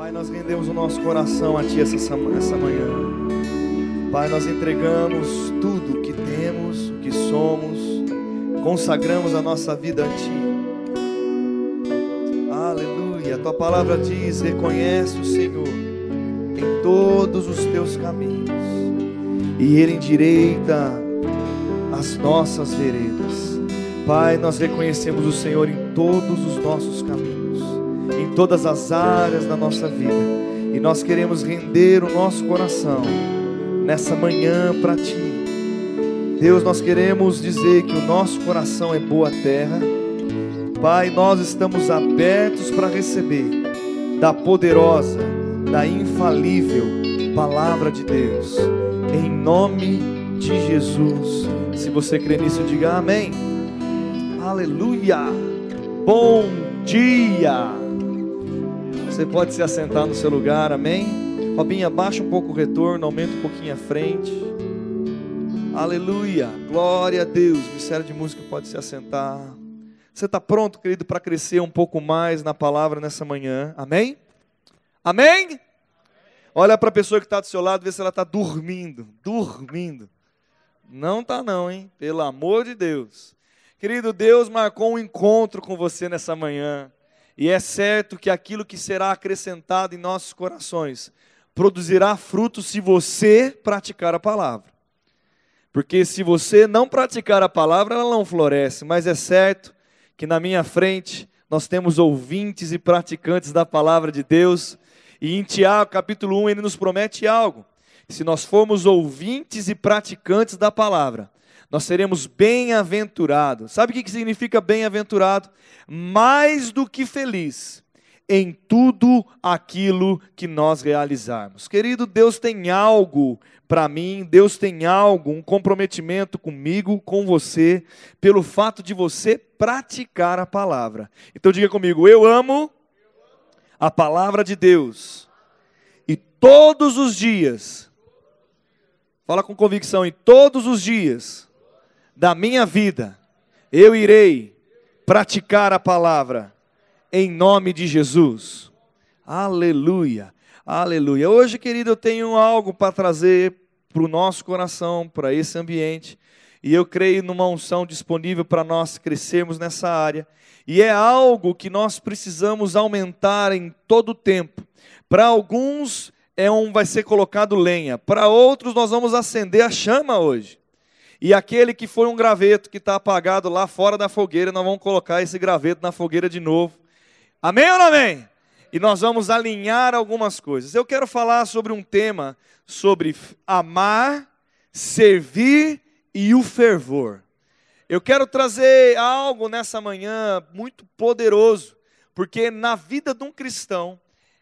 Pai, nós rendemos o nosso coração a Ti essa manhã. Pai, nós entregamos tudo o que temos, o que somos, consagramos a nossa vida a Ti. Aleluia, a Tua palavra diz: reconhece o Senhor em todos os Teus caminhos, e Ele endireita as nossas veredas. Pai, nós reconhecemos o Senhor em todos os nossos caminhos, em todas as áreas da nossa vida, e nós queremos render o nosso coração nessa manhã para Ti. Deus, nós queremos dizer que o nosso coração é boa terra. Pai, nós estamos abertos para receber da poderosa, da infalível palavra de Deus, em nome de Jesus. Se você crê nisso, diga amém. Aleluia. Bom dia. Você pode se assentar no seu lugar, amém? Robinha, abaixa um pouco o retorno, aumenta um pouquinho a frente. Aleluia, glória a Deus. O Ministério de Música pode se assentar. Você está pronto, querido, para crescer um pouco mais na palavra nessa manhã? Amém? Amém? Olha para a pessoa que está do seu lado, vê se ela está dormindo. Não está não, hein? Pelo amor de Deus. Querido, Deus marcou um encontro com você nessa manhã. E é certo que aquilo que será acrescentado em nossos corações produzirá frutos se você praticar a palavra. Porque se você não praticar a palavra, ela não floresce. Mas é certo que na minha frente nós temos ouvintes e praticantes da palavra de Deus. E em Tiago capítulo 1 ele nos promete algo. Se nós formos ouvintes e praticantes da palavra, nós seremos bem-aventurados. Sabe o que significa bem-aventurado? Mais do que feliz em tudo aquilo que nós realizarmos. Querido, Deus tem algo para mim, Deus tem algo, um comprometimento comigo, com você, pelo fato de você praticar a palavra. Então diga comigo: eu amo a palavra de Deus. E todos os dias, fala com convicção, e todos os dias da minha vida, eu irei praticar a palavra, em nome de Jesus. Aleluia, aleluia. Hoje, querido, eu tenho algo para trazer para o nosso coração, para esse ambiente, e eu creio numa unção disponível para nós crescermos nessa área, e é algo que nós precisamos aumentar em todo o tempo. Para alguns vai ser colocado lenha, para outros nós vamos acender a chama hoje. E aquele que foi um graveto que está apagado lá fora da fogueira, nós vamos colocar esse graveto na fogueira de novo. Amém ou não amém? E nós vamos alinhar algumas coisas. Eu quero falar sobre um tema, sobre amar, servir e o fervor. Eu quero trazer algo nessa manhã muito poderoso, porque na vida de um cristão,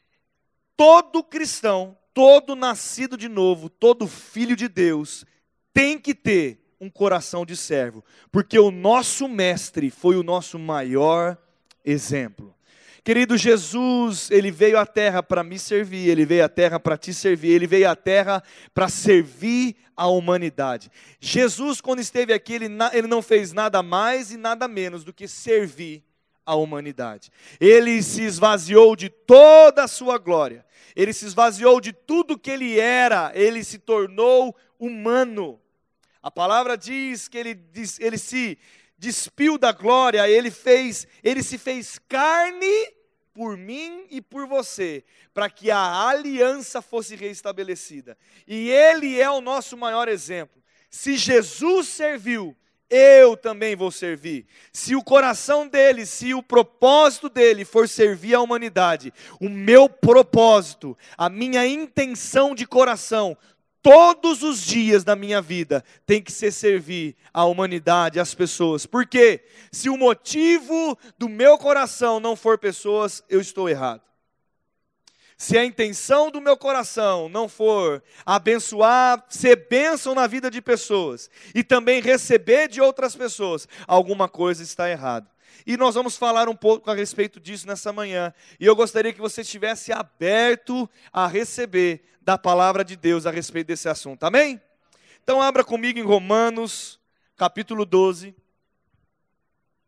todo nascido de novo, todo filho de Deus, tem que ter um coração de servo, porque o nosso mestre foi o nosso maior exemplo. Querido, Jesus, Ele veio à terra para me servir, Ele veio à terra para te servir, Ele veio à terra para servir a humanidade. Jesus, quando esteve aqui, Ele não fez nada mais e nada menos do que servir a humanidade. Ele se esvaziou de toda a sua glória, Ele se esvaziou de tudo que Ele era, Ele se tornou humano. A palavra diz que ele se despiu da glória, ele se fez carne por mim e por você, para que a aliança fosse restabelecida. E Ele é o nosso maior exemplo. Se Jesus serviu, eu também vou servir. Se o coração dele, se o propósito dele for servir a humanidade, o meu propósito, a minha intenção de coração, todos os dias da minha vida tem que ser servir a humanidade, as pessoas. Porque se o motivo do meu coração não for pessoas, eu estou errado. Se a intenção do meu coração não for abençoar, ser bênção na vida de pessoas e também receber de outras pessoas, alguma coisa está errada. E nós vamos falar um pouco a respeito disso nessa manhã. E eu gostaria que você estivesse aberto a receber da palavra de Deus a respeito desse assunto. Amém? Então abra comigo em Romanos, capítulo 12,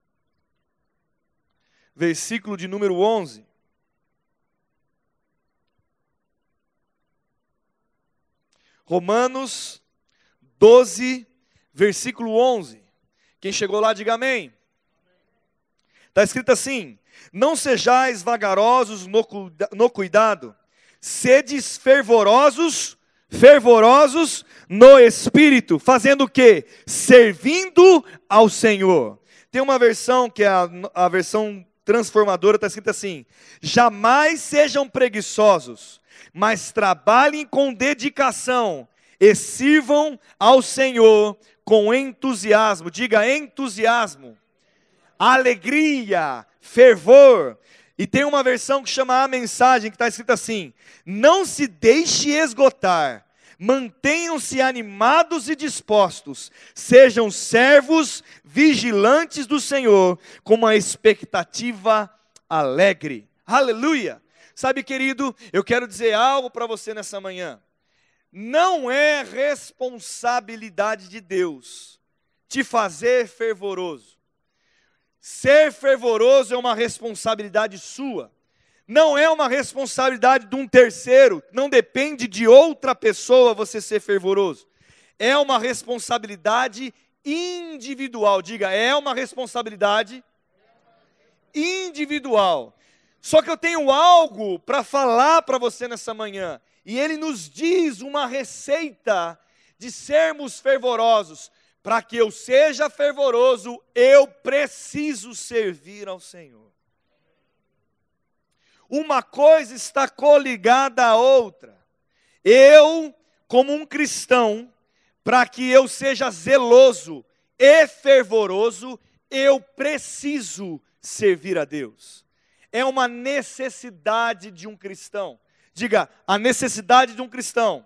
versículo de número 11. Romanos 12, versículo 11. Quem chegou lá, diga amém. Está escrito assim: não sejais vagarosos no cuidado, sedes fervorosos no Espírito, fazendo o quê? Servindo ao Senhor. Tem uma versão que é a versão transformadora, está escrito assim: jamais sejam preguiçosos, mas trabalhem com dedicação e sirvam ao Senhor com entusiasmo. Diga entusiasmo, alegria, fervor. E tem uma versão que chama a mensagem, que está escrito assim: não se deixe esgotar, mantenham-se animados e dispostos, sejam servos vigilantes do Senhor, com uma expectativa alegre. Aleluia! Sabe, querido, eu quero dizer algo para você nessa manhã. Não é responsabilidade de Deus te fazer fervoroso. Ser fervoroso é uma responsabilidade sua. Não é uma responsabilidade de um terceiro. Não depende de outra pessoa você ser fervoroso. É uma responsabilidade individual. Diga, é uma responsabilidade individual. Só que eu tenho algo para falar para você nessa manhã. E ele nos diz uma receita de sermos fervorosos. Para que eu seja fervoroso, eu preciso servir ao Senhor. Uma coisa está coligada à outra. Eu, como um cristão, para que eu seja zeloso e fervoroso, eu preciso servir a Deus. É uma necessidade de um cristão. Diga, a necessidade de um cristão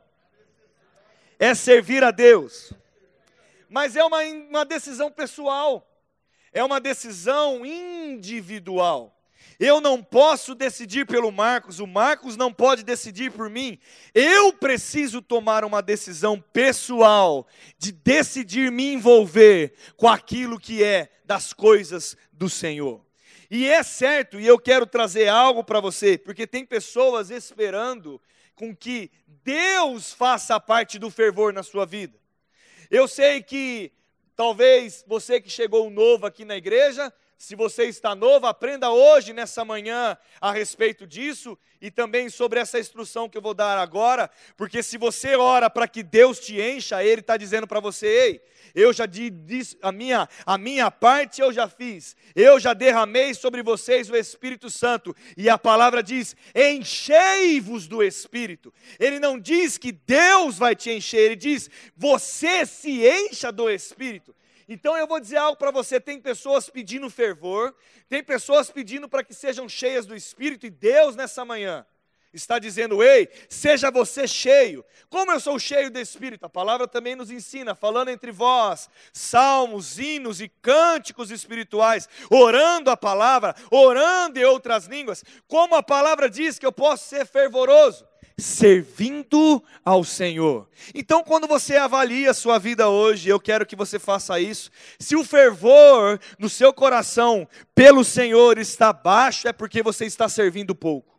é servir a Deus. Mas é uma decisão pessoal, é uma decisão individual. Eu não posso decidir pelo Marcos, o Marcos não pode decidir por mim. Eu preciso tomar uma decisão pessoal, de decidir me envolver com aquilo que é das coisas do Senhor. E é certo, e eu quero trazer algo para você, porque tem pessoas esperando com que Deus faça parte do fervor na sua vida. Eu sei que talvez você que chegou novo aqui na igreja, se você está novo, aprenda hoje, nessa manhã, a respeito disso e também sobre essa instrução que eu vou dar agora, porque se você ora para que Deus te encha, Ele está dizendo para você: ei, eu já disse, a minha parte eu já fiz, eu já derramei sobre vocês o Espírito Santo, e a palavra diz: enchei-vos do Espírito. Ele não diz que Deus vai te encher, ele diz: você se encha do Espírito. Então eu vou dizer algo para você, tem pessoas pedindo fervor, tem pessoas pedindo para que sejam cheias do Espírito, e Deus nessa manhã está dizendo: ei, seja você cheio. Como eu sou cheio do Espírito? A palavra também nos ensina, falando entre vós, salmos, hinos e cânticos espirituais, orando a palavra, orando em outras línguas. Como a palavra diz que eu posso ser fervoroso? Servindo ao Senhor. Então, quando você avalia a sua vida hoje, eu quero que você faça isso. Se o fervor no seu coração pelo Senhor está baixo, é porque você está servindo pouco.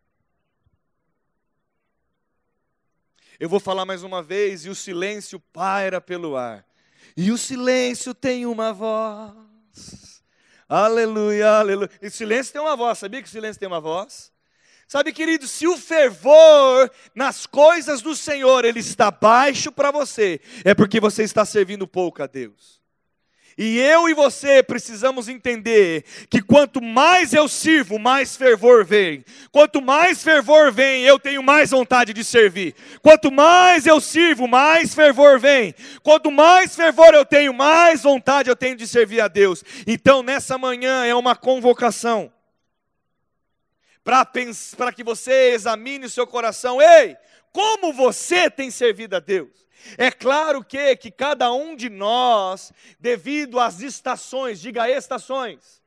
Eu vou falar mais uma vez: e o silêncio paira pelo ar, e o silêncio tem uma voz. Aleluia, aleluia. E o silêncio tem uma voz, sabia que o silêncio tem uma voz? Sabe, querido, se o fervor nas coisas do Senhor, ele está baixo para você, é porque você está servindo pouco a Deus. E eu e você precisamos entender que quanto mais eu sirvo, mais fervor vem. Quanto mais fervor vem, eu tenho mais vontade de servir. Quanto mais eu sirvo, mais fervor vem. Quanto mais fervor eu tenho, mais vontade eu tenho de servir a Deus. Então, nessa manhã é uma convocação para que você examine o seu coração. Ei, como você tem servido a Deus? É claro que cada um de nós, devido às estações, diga estações,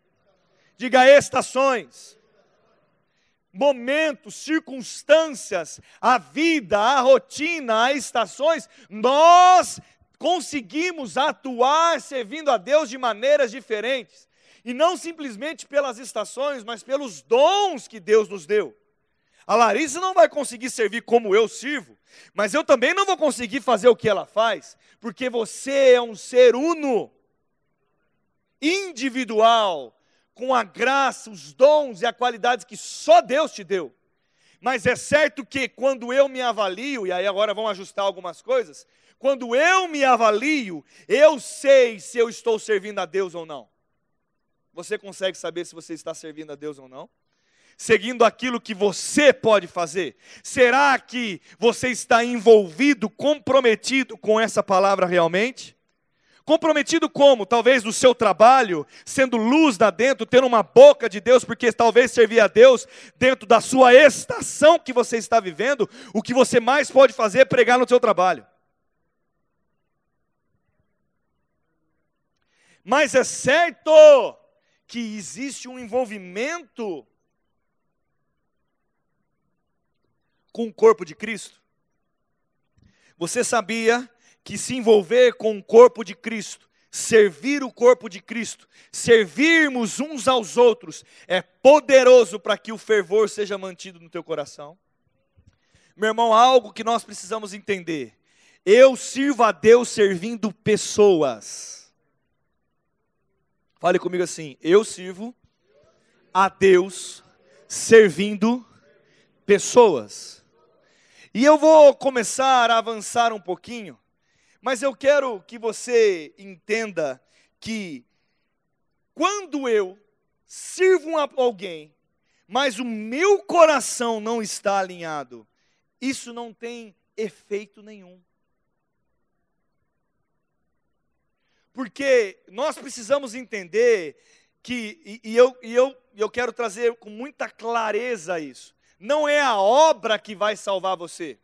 momentos, circunstâncias, a vida, a rotina, as estações, nós conseguimos atuar servindo a Deus de maneiras diferentes. E não simplesmente pelas estações, mas pelos dons que Deus nos deu. A Larissa não vai conseguir servir como eu sirvo, mas eu também não vou conseguir fazer o que ela faz, porque você é um ser uno, individual, com a graça, os dons e a qualidade que só Deus te deu. Mas é certo que quando eu me avalio, e aí agora vamos ajustar algumas coisas, quando eu me avalio, eu sei se eu estou servindo a Deus ou não. Você consegue saber se você está servindo a Deus ou não? Seguindo aquilo que você pode fazer? Será que você está envolvido, comprometido com essa palavra realmente? Comprometido como? Talvez no seu trabalho, sendo luz lá dentro, tendo uma boca de Deus, porque talvez servir a Deus dentro da sua estação que você está vivendo, o que você mais pode fazer é pregar no seu trabalho. Mas é certo que existe um envolvimento com o corpo de Cristo. Você sabia que se envolver com o corpo de Cristo, servir o corpo de Cristo, servirmos uns aos outros, é poderoso para que o fervor seja mantido no teu coração? Meu irmão, algo que nós precisamos entender: eu sirvo a Deus servindo pessoas. Fale comigo assim: eu sirvo a Deus servindo pessoas. E eu vou começar a avançar um pouquinho, mas eu quero que você entenda que quando eu sirvo a alguém, mas o meu coração não está alinhado, isso não tem efeito nenhum. Porque nós precisamos entender que, eu quero trazer com muita clareza isso, não é a obra que vai salvar você.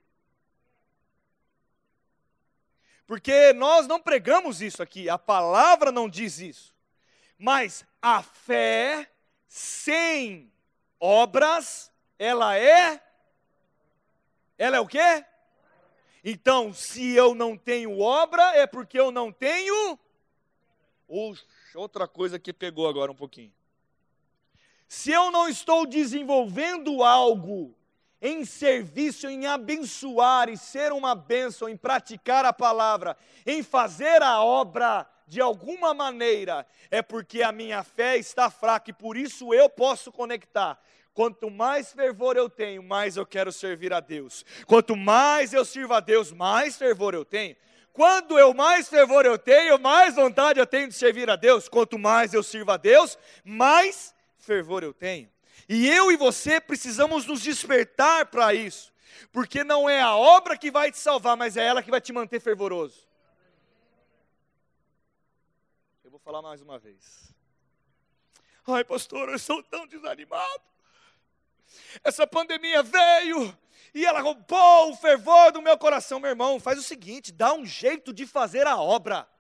Porque nós não pregamos isso aqui, a palavra não diz isso. Mas a fé sem obras, ela é o quê? Então, se eu não tenho obra, é porque eu não tenho... outra coisa que pegou agora um pouquinho. Se eu não estou desenvolvendo algo em serviço, em abençoar e ser uma bênção, em praticar a palavra, em fazer a obra de alguma maneira, é porque a minha fé está fraca e por isso eu posso conectar. Quanto mais fervor eu tenho, mais eu quero servir a Deus. Quanto mais eu sirvo a Deus, mais fervor eu tenho. Quando mais fervor eu tenho, mais vontade eu tenho de servir a Deus. Quanto mais eu sirvo a Deus, mais fervor eu tenho. E eu e você precisamos nos despertar para isso, porque não é a obra que vai te salvar, mas é ela que vai te manter fervoroso. Eu vou falar mais uma vez. Ai, pastor, eu estou tão desanimado. Essa pandemia veio e ela roubou o fervor do meu coração. Meu irmão, faz o seguinte, dá um jeito de fazer a obra.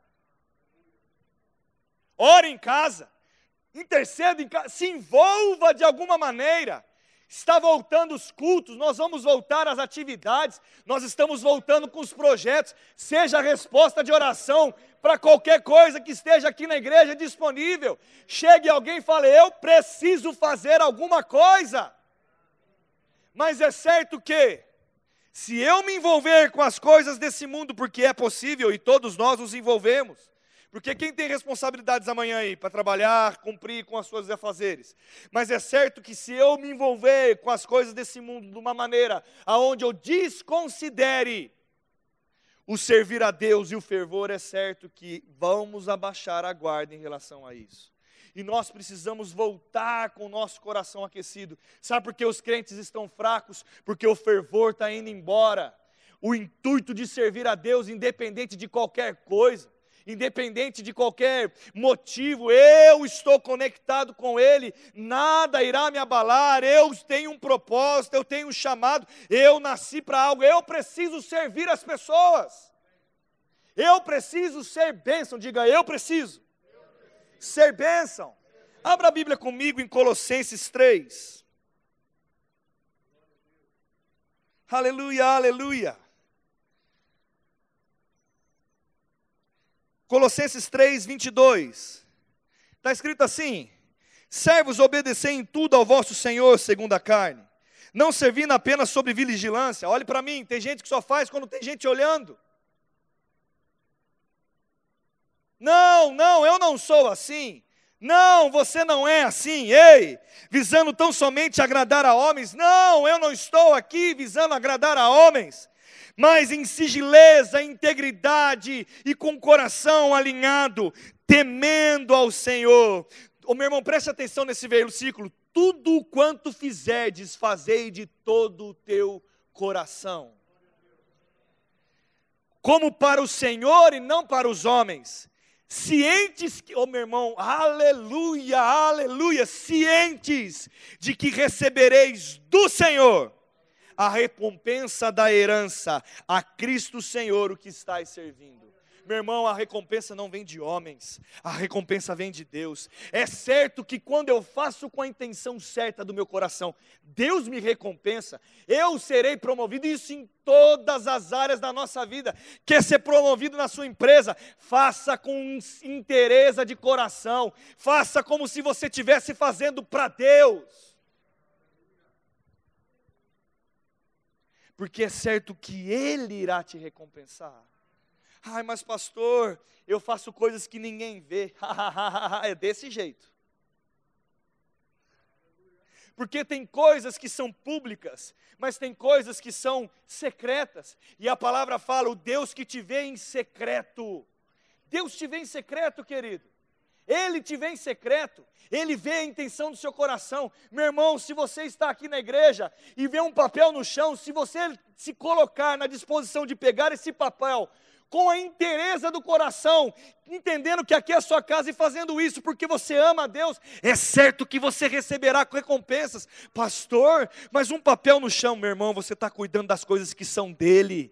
Ore em casa. Interceda em casa, se envolva de alguma maneira. Está voltando os cultos, nós vamos voltar às atividades, nós estamos voltando com os projetos. Seja a resposta de oração para qualquer coisa que esteja aqui na igreja disponível. Chegue alguém e fale: eu preciso fazer alguma coisa. Mas é certo que, se eu me envolver com as coisas desse mundo, porque é possível e todos nós nos envolvemos, porque quem tem responsabilidades amanhã aí para trabalhar, cumprir com as suas afazeres? Mas é certo que se eu me envolver com as coisas desse mundo de uma maneira aonde eu desconsidere o servir a Deus e o fervor, é certo que vamos abaixar a guarda em relação a isso. E nós precisamos voltar com o nosso coração aquecido. Sabe por que os crentes estão fracos? Porque o fervor está indo embora. O intuito de servir a Deus, independente de qualquer coisa, independente de qualquer motivo, eu estou conectado com Ele, nada irá me abalar, eu tenho um propósito, eu tenho um chamado, eu nasci para algo, eu preciso servir as pessoas, eu preciso ser bênção, diga eu preciso ser bênção. Abra a Bíblia comigo em Colossenses 3, aleluia, aleluia. Colossenses 3, 22, está escrito assim: servos, obedecei em tudo ao vosso Senhor segundo a carne, não servindo apenas sob vigilância. Olhe para mim, tem gente que só faz quando tem gente olhando. Não, eu não sou assim. Não, você não é assim, ei, visando tão somente agradar a homens. Não, eu não estou aqui visando agradar a homens, mas em sigileza, integridade e com o coração alinhado, temendo ao Senhor. Ô meu irmão, preste atenção nesse versículo. Tudo quanto fizerdes, fazei de todo o teu coração, como para o Senhor e não para os homens, cientes que, meu irmão, aleluia, aleluia, cientes de que recebereis do Senhor a recompensa da herança, a Cristo Senhor, o que estáis servindo. Meu irmão, a recompensa não vem de homens, a recompensa vem de Deus. É certo que quando eu faço com a intenção certa do meu coração, Deus me recompensa, eu serei promovido, isso em todas as áreas da nossa vida. Quer ser promovido na sua empresa? Faça com inteireza de coração, faça como se você estivesse fazendo para Deus. Porque é certo que Ele irá te recompensar. Ai, mas pastor, eu faço coisas que ninguém vê. É desse jeito. Porque tem coisas que são públicas, mas tem coisas que são secretas. E a palavra fala, o Deus que te vê em secreto. Deus te vê em secreto, querido. Ele te vê em secreto. Ele vê a intenção do seu coração. Meu irmão, se você está aqui na igreja e vê um papel no chão, se você se colocar na disposição de pegar esse papel com a inteireza do coração, entendendo que aqui é a sua casa e fazendo isso porque você ama a Deus, é certo que você receberá recompensas. Pastor, mas um papel no chão, meu irmão, você está cuidando das coisas que são dele.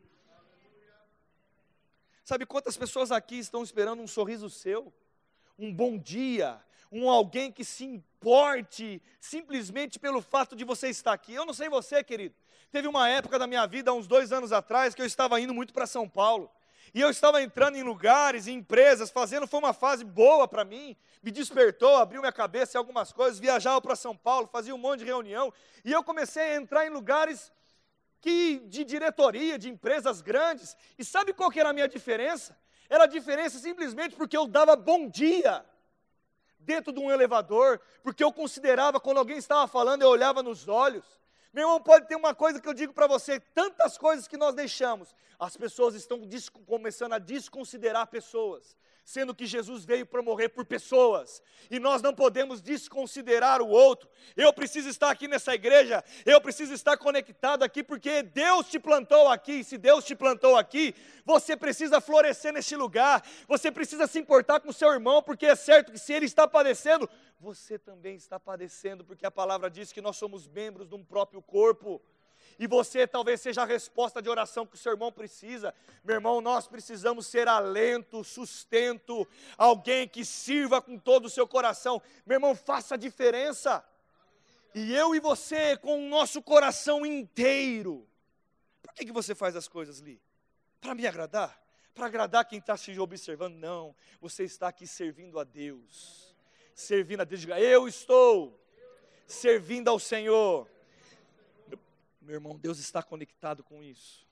Sabe quantas pessoas aqui estão esperando um sorriso seu? Um bom dia, alguém que se importe simplesmente pelo fato de você estar aqui. Eu não sei você, querido, teve uma época da minha vida, há uns 2 anos atrás, que eu estava indo muito para São Paulo, e eu estava entrando em lugares, em empresas, foi uma fase boa para mim, me despertou, abriu minha cabeça em algumas coisas, viajava para São Paulo, fazia um monte de reunião, e eu comecei a entrar em lugares de diretoria, de empresas grandes, e sabe qual que era a minha diferença? Era a diferença simplesmente porque eu dava bom dia dentro de um elevador, porque eu considerava, quando alguém estava falando, eu olhava nos olhos. Meu irmão, pode ter uma coisa que eu digo para você, tantas coisas que nós deixamos, as pessoas estão começando a desconsiderar pessoas, sendo que Jesus veio para morrer por pessoas, e nós não podemos desconsiderar o outro. Eu preciso estar aqui nessa igreja, eu preciso estar conectado aqui, porque Deus te plantou aqui, e se Deus te plantou aqui, você precisa florescer neste lugar, você precisa se importar com o seu irmão, porque é certo que se ele está padecendo, você também está padecendo, porque a palavra diz que nós somos membros de um próprio corpo, e você talvez seja a resposta de oração que o seu irmão precisa. Meu irmão, nós precisamos ser alento, sustento, alguém que sirva com todo o seu coração. Meu irmão, faça a diferença. E eu e você, com o nosso coração inteiro. Por que você faz as coisas, Li? Para me agradar? Para agradar quem está se observando? Não, você está aqui servindo a Deus. Servindo a Deus, diga, eu estou servindo ao Senhor. Meu irmão, Deus está conectado com isso.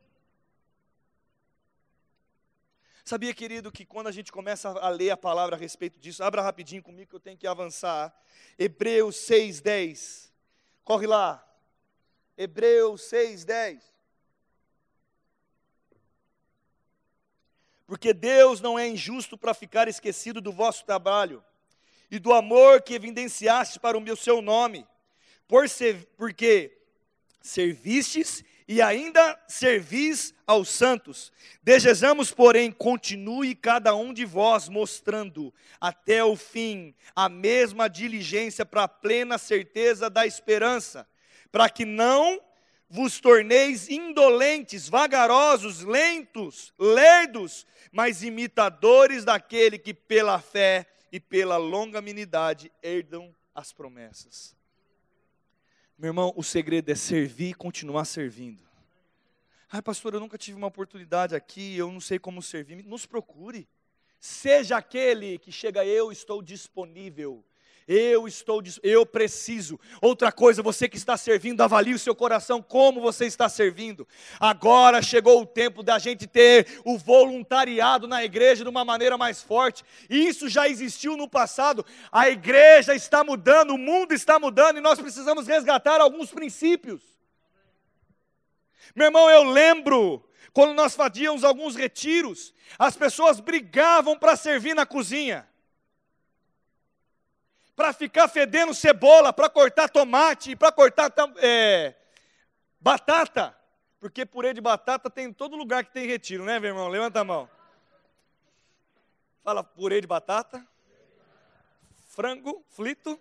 Sabia, querido, que quando a gente começa a ler a palavra a respeito disso, abra rapidinho comigo que eu tenho que avançar. Hebreus 6:10. Corre lá. Hebreus 6:10. Porque Deus não é injusto para ficar esquecido do vosso trabalho e do amor que evidenciaste para o seu nome, porque servistes e ainda servis aos santos. Desejamos, porém, continue cada um de vós mostrando até o fim a mesma diligência para a plena certeza da esperança, para que não vos torneis indolentes, vagarosos, lentos, lerdos, mas imitadores daquele que pela fé e pela longanimidade herdam as promessas. Meu irmão, o segredo é servir e continuar servindo. Ai, pastor, eu nunca tive uma oportunidade aqui, eu não sei como servir. Nos procure. Seja aquele que chega, eu estou disponível. Eu preciso. Outra coisa, você que está servindo, avalie o seu coração, como você está servindo. Agora chegou o tempo da gente ter o voluntariado na igreja de uma maneira mais forte. Isso já existiu no passado. A igreja está mudando, o mundo está mudando e nós precisamos resgatar alguns princípios. Meu irmão, eu lembro, quando nós fazíamos alguns retiros, as pessoas brigavam para servir na cozinha. Para ficar fedendo cebola, para cortar tomate, para cortar batata. Porque purê de batata tem em todo lugar que tem retiro, né, meu irmão? Levanta a mão. Fala purê de batata, frango frito,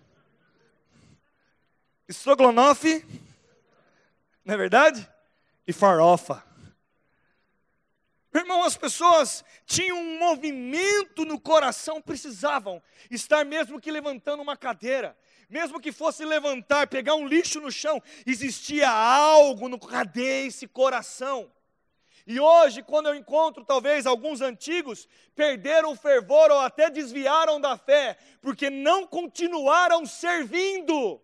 estrogonofe, não é verdade? E farofa. Meu irmão, as pessoas tinham um movimento no coração, precisavam estar mesmo que levantando uma cadeira, mesmo que fosse levantar, pegar um lixo no chão, existia algo no cadê esse coração? E hoje, quando eu encontro talvez alguns antigos, perderam o fervor ou até desviaram da fé, porque não continuaram servindo.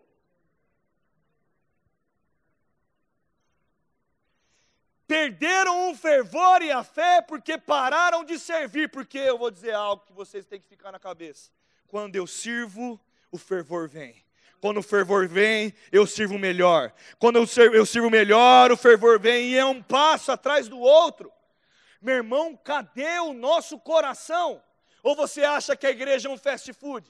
Perderam o fervor e a fé porque pararam de servir. Porque eu vou dizer algo que vocês têm que ficar na cabeça. Quando eu sirvo, o fervor vem. Quando o fervor vem, eu sirvo melhor. Quando eu sirvo melhor, o fervor vem e é um passo atrás do outro. Meu irmão, cadê o nosso coração? Ou você acha que a igreja é um fast food?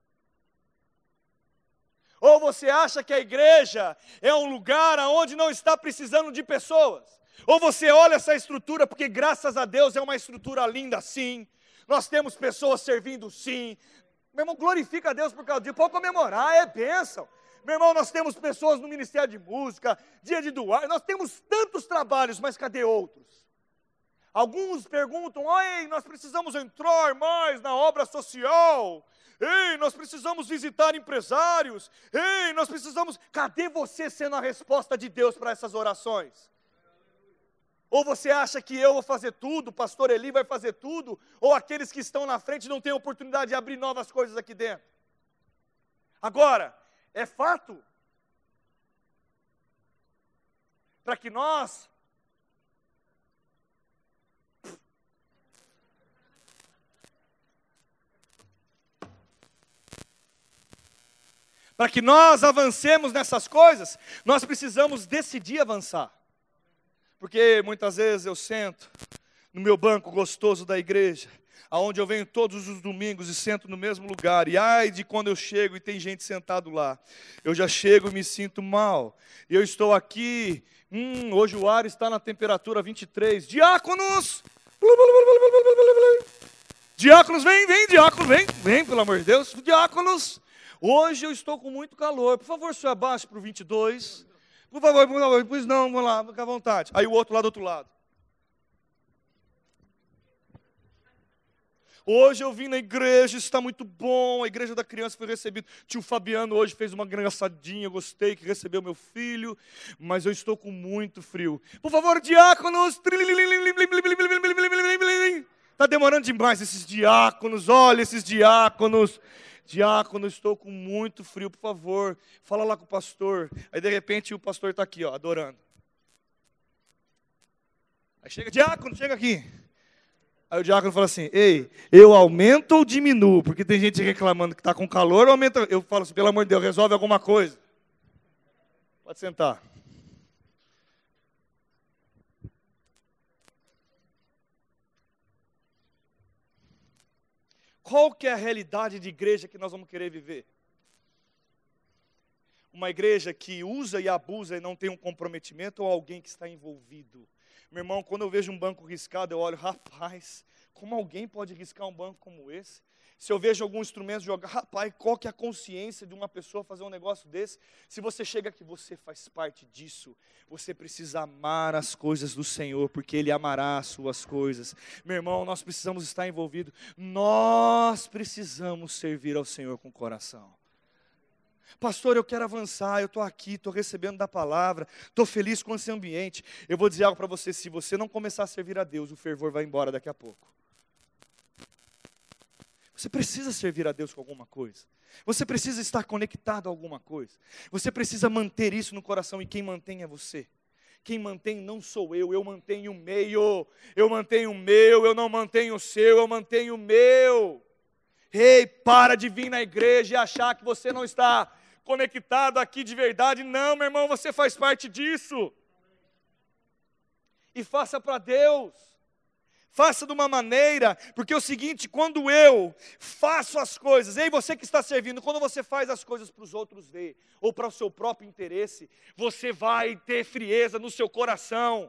Ou você acha que a igreja é um lugar onde não está precisando de pessoas? Ou você olha essa estrutura, porque graças a Deus é uma estrutura linda sim, nós temos pessoas servindo sim, meu irmão, glorifica a Deus por causa disso, pode comemorar, é bênção. Meu irmão, nós temos pessoas no Ministério de Música, dia de doar, nós temos tantos trabalhos, mas cadê outros? Alguns perguntam, ei, nós precisamos entrar mais na obra social, ei, nós precisamos visitar empresários, ei, nós precisamos, cadê você sendo a resposta de Deus para essas orações? Ou você acha que eu vou fazer tudo, o pastor Eli vai fazer tudo, ou aqueles que estão na frente não têm oportunidade de abrir novas coisas aqui dentro? Agora, é fato, para que nós avancemos nessas coisas, nós precisamos decidir avançar. Porque muitas vezes eu sento no meu banco gostoso da igreja, aonde eu venho todos os domingos e sento no mesmo lugar, e ai de quando eu chego e tem gente sentado lá, eu já chego e me sinto mal, e eu estou aqui, hoje o ar está na temperatura 23, diáconos, diáconos, vem, diácono, vem, pelo amor de Deus, diáconos, hoje eu estou com muito calor, por favor, senhor, abaixe para o 22, por favor, pois não, vamos lá, fica à vontade. Aí o outro lá do outro lado. Hoje eu vim na igreja, está muito bom, a igreja da criança foi recebida. Tio Fabiano hoje fez uma engraçadinha, gostei que recebeu meu filho, mas eu estou com muito frio. Por favor, diáconos. Está demorando demais esses diáconos, olha esses diáconos. Diácono, estou com muito frio, por favor, fala lá com o pastor. Aí de repente o pastor está aqui, ó, adorando. Aí chega, diácono, chega aqui. Aí o diácono fala assim, ei, eu aumento ou diminuo? Porque tem gente reclamando que está com calor, aumenta. Eu falo assim, pelo amor de Deus, resolve alguma coisa. Pode sentar. Qual que é a realidade de igreja que nós vamos querer viver? Uma igreja que usa e abusa e não tem um comprometimento, ou alguém que está envolvido? Meu irmão, quando eu vejo um banco riscado, eu olho, rapaz, como alguém pode riscar um banco como esse? Se eu vejo algum instrumento jogar, rapaz, qual que é a consciência de uma pessoa fazer um negócio desse? Se você chega aqui, você faz parte disso, você precisa amar as coisas do Senhor, porque Ele amará as suas coisas. Meu irmão, nós precisamos estar envolvidos, nós precisamos servir ao Senhor com o coração. Pastor, eu quero avançar, eu estou aqui, estou recebendo da palavra, estou feliz com esse ambiente. Eu vou dizer algo para você, se você não começar a servir a Deus, o fervor vai embora daqui a pouco. Você precisa servir a Deus com alguma coisa. Você precisa estar conectado a alguma coisa. Você precisa manter isso no coração, e quem mantém é você. Quem mantém não sou eu mantenho o meio. Eu mantenho o meu, eu não mantenho o seu, eu mantenho o meu. Ei, para de vir na igreja e achar que você não está conectado aqui de verdade. Não, meu irmão, você faz parte disso. E faça para Deus. Faça de uma maneira, porque é o seguinte, quando eu faço as coisas, ei, você que está servindo, quando você faz as coisas para os outros ver, ou para o seu próprio interesse, você vai ter frieza no seu coração.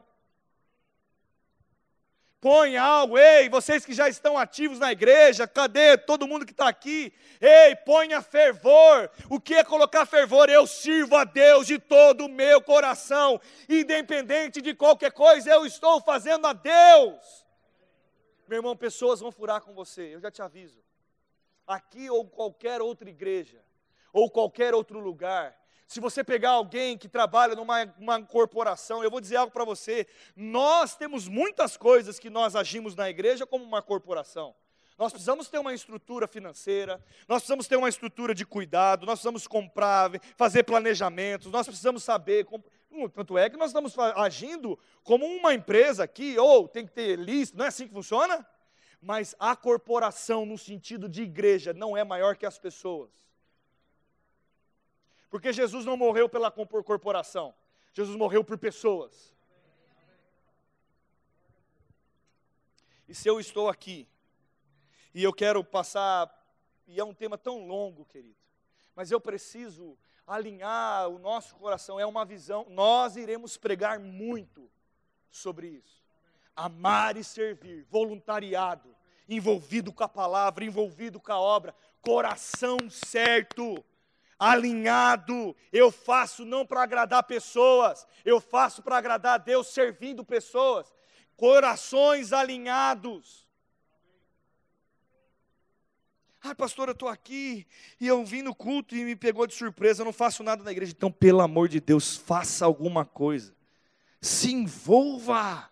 Põe algo, ei, vocês que já estão ativos na igreja, cadê todo mundo que está aqui? Ei, ponha fervor. O que é colocar fervor? Eu sirvo a Deus de todo o meu coração, independente de qualquer coisa, eu estou fazendo a Deus. Meu irmão, pessoas vão furar com você, eu já te aviso. Aqui ou qualquer outra igreja, ou qualquer outro lugar, se você pegar alguém que trabalha numa corporação, eu vou dizer algo para você, nós temos muitas coisas que nós agimos na igreja como uma corporação. Nós precisamos ter uma estrutura financeira, nós precisamos ter uma estrutura de cuidado, nós precisamos comprar, fazer planejamentos, nós precisamos saber. Tanto é que nós estamos agindo como uma empresa aqui, ou tem que ter lista, não é assim que funciona? Mas a corporação, no sentido de igreja, não é maior que as pessoas. Porque Jesus não morreu pela corporação, Jesus morreu por pessoas. E se eu estou aqui, e eu quero passar, e é um tema tão longo, querido, mas eu preciso alinhar o nosso coração, é uma visão, nós iremos pregar muito sobre isso. Amar e servir, voluntariado, envolvido com a palavra, envolvido com a obra, coração certo, alinhado. Eu faço não para agradar pessoas, eu faço para agradar a Deus, servindo pessoas, corações alinhados. Ah, pastor, eu estou aqui e eu vim no culto e me pegou de surpresa, eu não faço nada na igreja. Então, pelo amor de Deus, faça alguma coisa. Se envolva.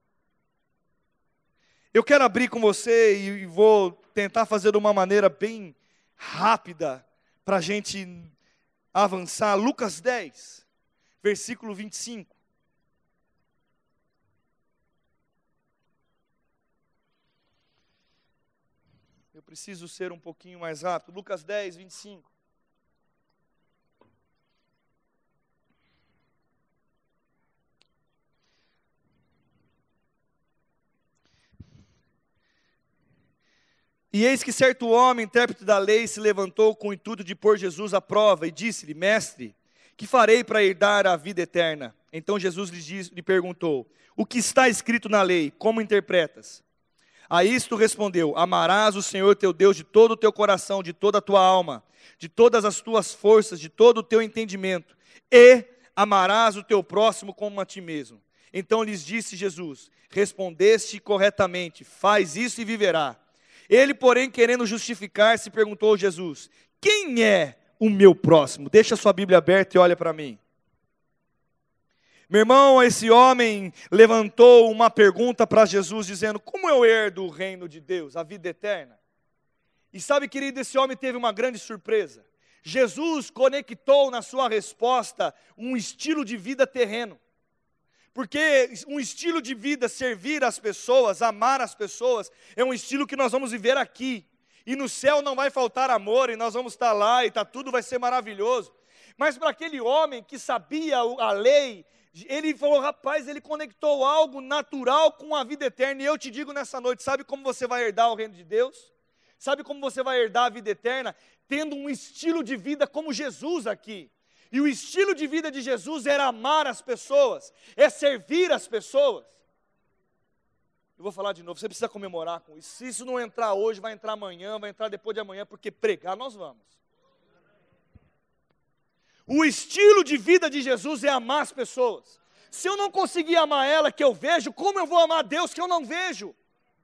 Eu quero abrir com você e vou tentar fazer de uma maneira bem rápida para a gente avançar. Lucas 10, versículo 25. Eu preciso ser um pouquinho mais rápido. Lucas 10, 25. E eis que certo homem, intérprete da lei, se levantou com o intuito de pôr Jesus à prova e disse-lhe: Mestre, que farei para herdar a vida eterna? Então Jesus lhe perguntou: O que está escrito na lei? Como interpretas? A isto respondeu: Amarás o Senhor teu Deus de todo o teu coração, de toda a tua alma, de todas as tuas forças, de todo o teu entendimento, e amarás o teu próximo como a ti mesmo. Então lhes disse Jesus: Respondeste corretamente, faz isso e viverá. Ele, porém, querendo justificar-se, perguntou a Jesus: Quem é o meu próximo? Deixa a sua Bíblia aberta e olha para mim. Meu irmão, esse homem levantou uma pergunta para Jesus, dizendo: Como eu herdo o reino de Deus, a vida eterna? E sabe, querido, esse homem teve uma grande surpresa. Jesus conectou na sua resposta um estilo de vida terreno. Porque um estilo de vida, servir as pessoas, amar as pessoas, é um estilo que nós vamos viver aqui. E no céu não vai faltar amor, e nós vamos estar lá, e tudo vai ser maravilhoso. Mas para aquele homem que sabia a lei, ele falou: rapaz, ele conectou algo natural com a vida eterna. E eu te digo nessa noite, sabe como você vai herdar o reino de Deus? Sabe como você vai herdar a vida eterna? Tendo um estilo de vida como Jesus aqui. E o estilo de vida de Jesus era amar as pessoas, é servir as pessoas. Eu vou falar de novo, você precisa comemorar com isso. Se isso não entrar hoje, vai entrar amanhã, vai entrar depois de amanhã, porque pregar nós vamos. O estilo de vida de Jesus é amar as pessoas. Se eu não conseguir amar ela que eu vejo, como eu vou amar Deus que eu não vejo?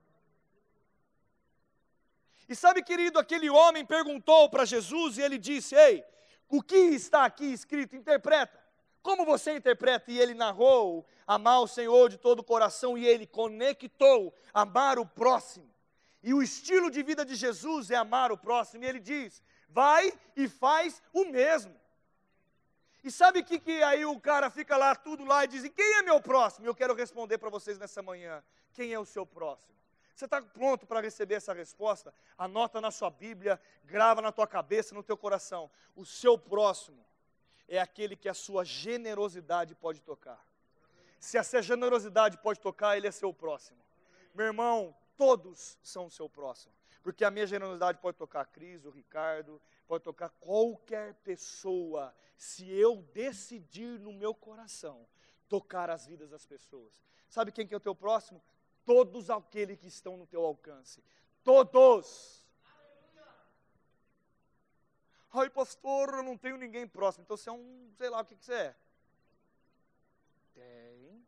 E sabe, querido, aquele homem perguntou para Jesus e ele disse: Ei, o que está aqui escrito? Interpreta. Como você interpreta? E ele narrou amar o Senhor de todo o coração, e ele conectou amar o próximo. E o estilo de vida de Jesus é amar o próximo. E ele diz, vai e faz o mesmo. E sabe que aí o cara fica lá, tudo lá, e diz, e quem é meu próximo? E eu quero responder para vocês nessa manhã, quem é o seu próximo? Você está pronto para receber essa resposta? Anota na sua Bíblia, grava na tua cabeça, no teu coração. O seu próximo é aquele que a sua generosidade pode tocar. Se essa generosidade pode tocar, ele é seu próximo. Meu irmão, todos são o seu próximo. Porque a minha generosidade pode tocar a Cris, o Ricardo, pode tocar qualquer pessoa, se eu decidir no meu coração tocar as vidas das pessoas. Sabe quem que é o teu próximo? Todos aqueles que estão no teu alcance. Todos. Ai, pastor, eu não tenho ninguém próximo. Então você é um, sei lá o que você é. Tem.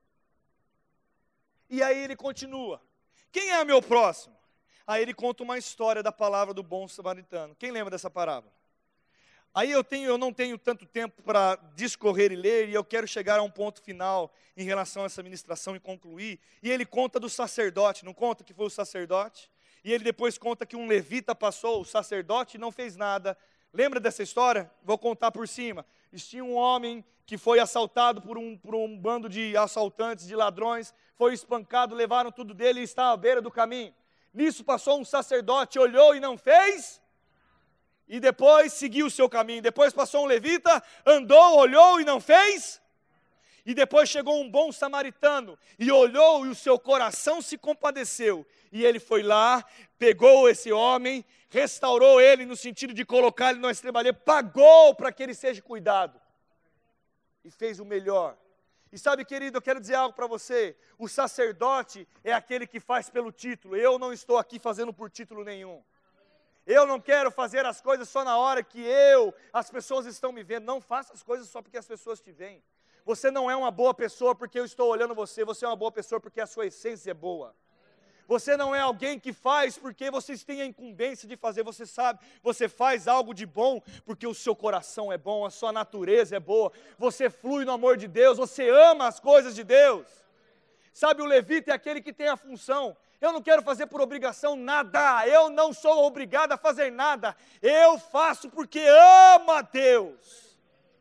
E aí ele continua. Quem é meu próximo? Aí ele conta uma história da palavra do bom samaritano. Quem lembra dessa parábola? Aí eu não tenho tanto tempo para discorrer e ler, e eu quero chegar a um ponto final em relação a essa ministração e concluir. E ele conta do sacerdote, não conta que foi o sacerdote? E ele depois conta que um levita passou, o sacerdote não fez nada. Lembra dessa história? Vou contar por cima. Tinha um homem que foi assaltado por um bando de assaltantes, de ladrões, foi espancado, levaram tudo dele e estava à beira do caminho. Nisso passou um sacerdote, olhou e não fez, e depois seguiu o seu caminho. Depois passou um levita, andou, olhou e não fez, e depois chegou um bom samaritano, e olhou e o seu coração se compadeceu, e ele foi lá, pegou esse homem, restaurou ele no sentido de colocar ele numa extrema-lei, pagou para que ele seja cuidado, e fez o melhor. E sabe, querido, eu quero dizer algo para você, o sacerdote é aquele que faz pelo título, eu não estou aqui fazendo por título nenhum. Eu não quero fazer as coisas só na hora que as pessoas estão me vendo. Não faça as coisas só porque as pessoas te veem. Você não é uma boa pessoa porque eu estou olhando você. Você é uma boa pessoa porque a sua essência é boa. Você não é alguém que faz porque vocês têm a incumbência de fazer. Você sabe, você faz algo de bom porque o seu coração é bom, a sua natureza é boa. Você flui no amor de Deus, você ama as coisas de Deus. Sabe, o levita é aquele que tem a função. Eu não quero fazer por obrigação nada, eu não sou obrigado a fazer nada, eu faço porque amo a Deus.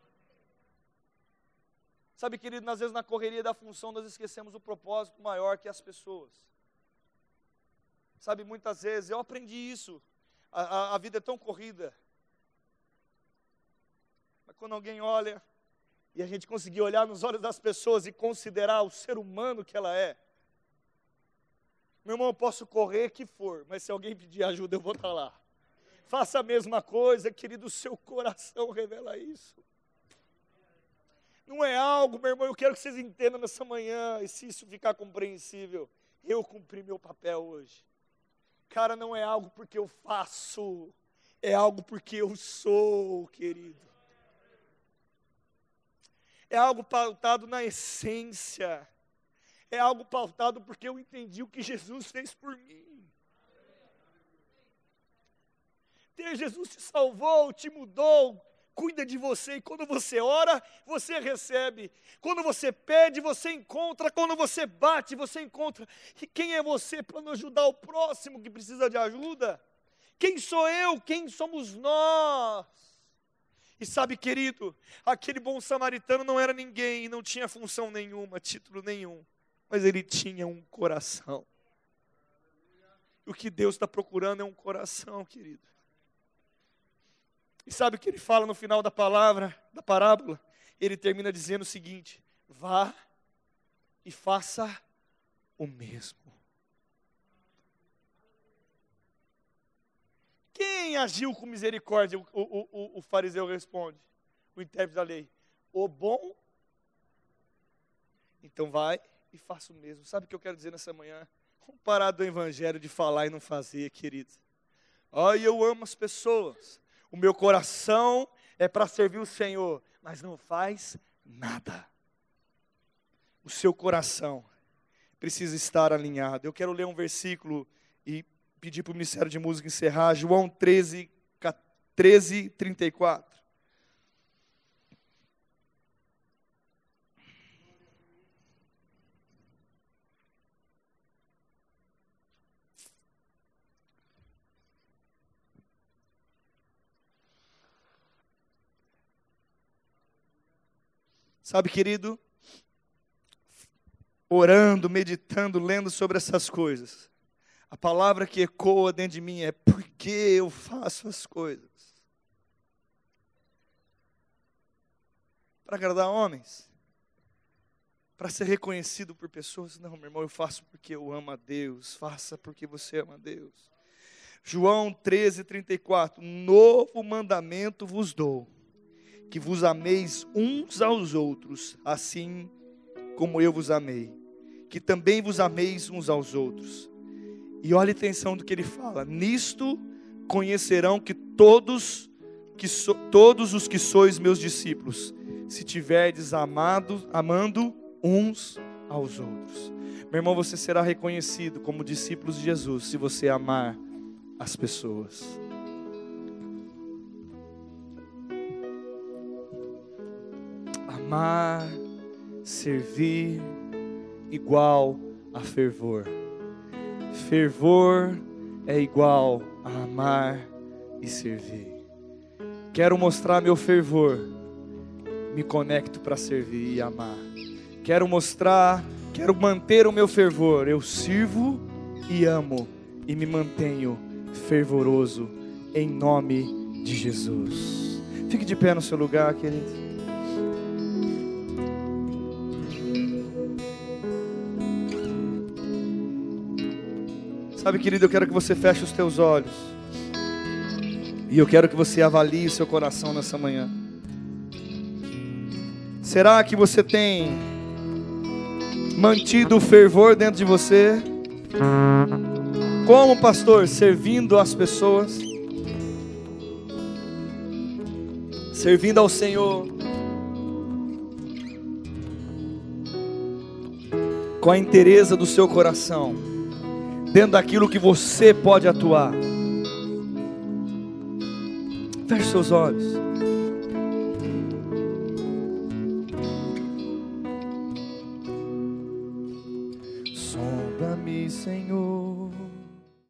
Sabe, querido, às vezes na correria da função nós esquecemos o propósito maior que as pessoas. Sabe, muitas vezes, eu aprendi isso, a vida é tão corrida, mas quando alguém olha, e a gente conseguir olhar nos olhos das pessoas e considerar o ser humano que ela é, meu irmão, eu posso correr que for, mas se alguém pedir ajuda, eu vou estar lá. Faça a mesma coisa, querido, o seu coração revela isso. Não é algo, meu irmão, eu quero que vocês entendam nessa manhã, e se isso ficar compreensível, eu cumpri meu papel hoje. Cara, não é algo porque eu faço, é algo porque eu sou, querido. É algo pautado na essência. É algo pautado porque eu entendi o que Jesus fez por mim. Jesus te salvou, te mudou, cuida de você. E quando você ora, você recebe. Quando você pede, você encontra. Quando você bate, você encontra. E quem é você para não ajudar o próximo que precisa de ajuda? Quem sou eu? Quem somos nós? E sabe, querido, aquele bom samaritano não era ninguém, não tinha função nenhuma, título nenhum. Mas ele tinha um coração. O que Deus está procurando é um coração, querido. E sabe o que ele fala no final da parábola? Ele termina dizendo o seguinte: vá e faça o mesmo. Quem agiu com misericórdia? O fariseu responde, o intérprete da lei: o bom. Então vai e faça o mesmo. Sabe o que eu quero dizer nessa manhã? Vamos parar do evangelho de falar e não fazer, querido. Ai, eu amo as pessoas. O meu coração é para servir o Senhor, mas não faz nada. O seu coração precisa estar alinhado. Eu quero ler um versículo e pedir para o Ministério de Música encerrar. João 13, 34. Sabe, querido, orando, meditando, lendo sobre essas coisas, a palavra que ecoa dentro de mim é: por que eu faço as coisas? Para agradar homens? Para ser reconhecido por pessoas? Não, meu irmão, eu faço porque eu amo a Deus. Faça porque você ama a Deus. João 13:34, novo mandamento vos dou, que vos ameis uns aos outros, assim como eu vos amei, que também vos ameis uns aos outros. E olha a atenção do que ele fala: nisto conhecerão que todos os que sois meus discípulos, se tiverdes amando uns aos outros. Meu irmão, você será reconhecido como discípulo de Jesus se você amar as pessoas. Amar, servir, igual a fervor. Fervor é igual a amar e servir. Quero mostrar meu fervor, me conecto para servir e amar. Quero manter o meu fervor, eu sirvo e amo e me mantenho fervoroso em nome de Jesus. Fique de pé no seu lugar, querido. Sabe, querido, eu quero que você feche os teus olhos. E eu quero que você avalie o seu coração nessa manhã. Será que você tem mantido o fervor dentro de você? Como pastor? Servindo as pessoas, servindo ao Senhor, com a inteireza do seu coração, dentro daquilo que você pode atuar. Feche seus olhos. Sonda-me, Senhor,